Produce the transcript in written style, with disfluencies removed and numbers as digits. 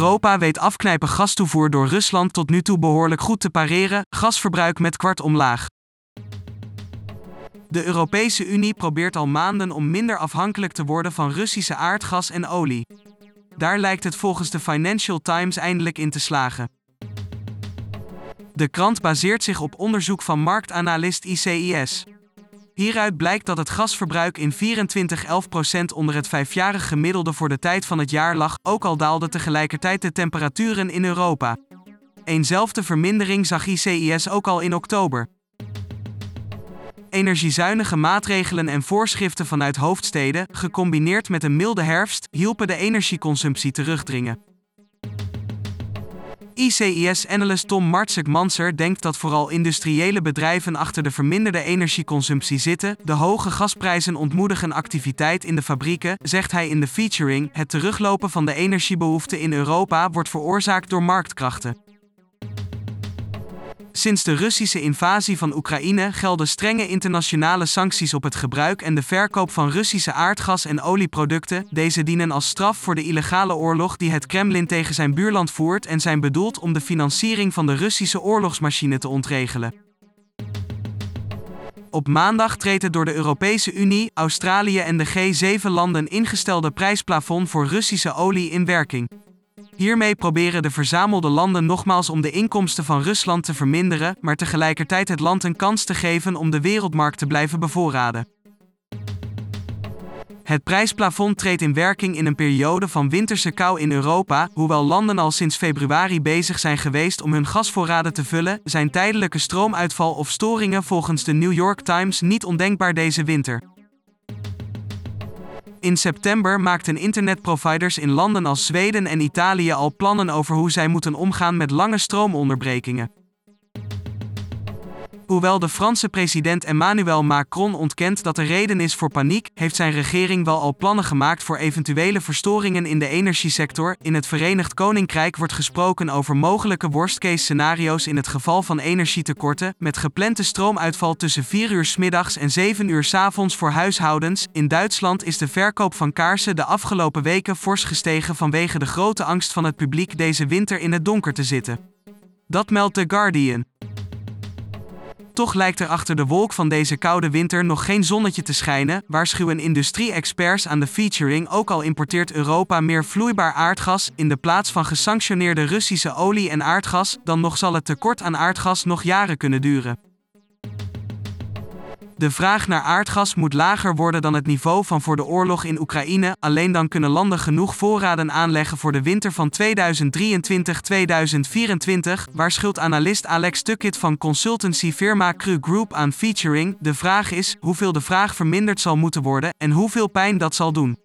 Europa weet afknijpen gastoevoer door Rusland tot nu toe behoorlijk goed te pareren, gasverbruik met kwart omlaag. De Europese Unie probeert al maanden om minder afhankelijk te worden van Russische aardgas en olie. Daar lijkt het volgens de Financial Times eindelijk in te slagen. De krant baseert zich op onderzoek van marktanalist ICIS. Hieruit blijkt dat het gasverbruik in 2024 11% onder het 5-jarig gemiddelde voor de tijd van het jaar lag, ook al daalden tegelijkertijd de temperaturen in Europa. Eenzelfde vermindering zag ICIS ook al in oktober. Energiezuinige maatregelen en voorschriften vanuit hoofdsteden, gecombineerd met een milde herfst, hielpen de energieconsumptie terugdringen. ICIS-analyst Tom Martzek-Manser denkt dat vooral industriële bedrijven achter de verminderde energieconsumptie zitten. De hoge gasprijzen ontmoedigen activiteit in de fabrieken, zegt hij in de featuring. Het teruglopen van de energiebehoefte in Europa wordt veroorzaakt door marktkrachten. Sinds de Russische invasie van Oekraïne gelden strenge internationale sancties op het gebruik en de verkoop van Russische aardgas- en olieproducten. Deze dienen als straf voor de illegale oorlog die het Kremlin tegen zijn buurland voert en zijn bedoeld om de financiering van de Russische oorlogsmachine te ontregelen. Op maandag treedt het door de Europese Unie, Australië en de G7-landen ingestelde prijsplafond voor Russische olie in werking. Hiermee proberen de verzamelde landen nogmaals om de inkomsten van Rusland te verminderen, maar tegelijkertijd het land een kans te geven om de wereldmarkt te blijven bevoorraden. Het prijsplafond treedt in werking in een periode van winterse kou in Europa. Hoewel landen al sinds februari bezig zijn geweest om hun gasvoorraden te vullen, zijn tijdelijke stroomuitval of storingen volgens de New York Times niet ondenkbaar deze winter. In september maakten internetproviders in landen als Zweden en Italië al plannen over hoe zij moeten omgaan met lange stroomonderbrekingen. Hoewel de Franse president Emmanuel Macron ontkent dat er reden is voor paniek, heeft zijn regering wel al plannen gemaakt voor eventuele verstoringen in de energiesector. In het Verenigd Koninkrijk wordt gesproken over mogelijke worst-case scenario's in het geval van energietekorten, met geplande stroomuitval tussen 4 uur 's middags en 7 uur 's avonds voor huishoudens. In Duitsland is de verkoop van kaarsen de afgelopen weken fors gestegen vanwege de grote angst van het publiek deze winter in het donker te zitten. Dat meldt The Guardian. Toch lijkt er achter de wolk van deze koude winter nog geen zonnetje te schijnen, waarschuwen industrie-experts aan de featuring. Ook al importeert Europa meer vloeibaar aardgas in de plaats van gesanctioneerde Russische olie en aardgas, dan nog zal het tekort aan aardgas nog jaren kunnen duren. De vraag naar aardgas moet lager worden dan het niveau van voor de oorlog in Oekraïne. Alleen dan kunnen landen genoeg voorraden aanleggen voor de winter van 2023-2024, waarschuwt analist Alex Tuckett van consultancyfirma Krug Group aan featuring. De vraag is hoeveel de vraag verminderd zal moeten worden en hoeveel pijn dat zal doen.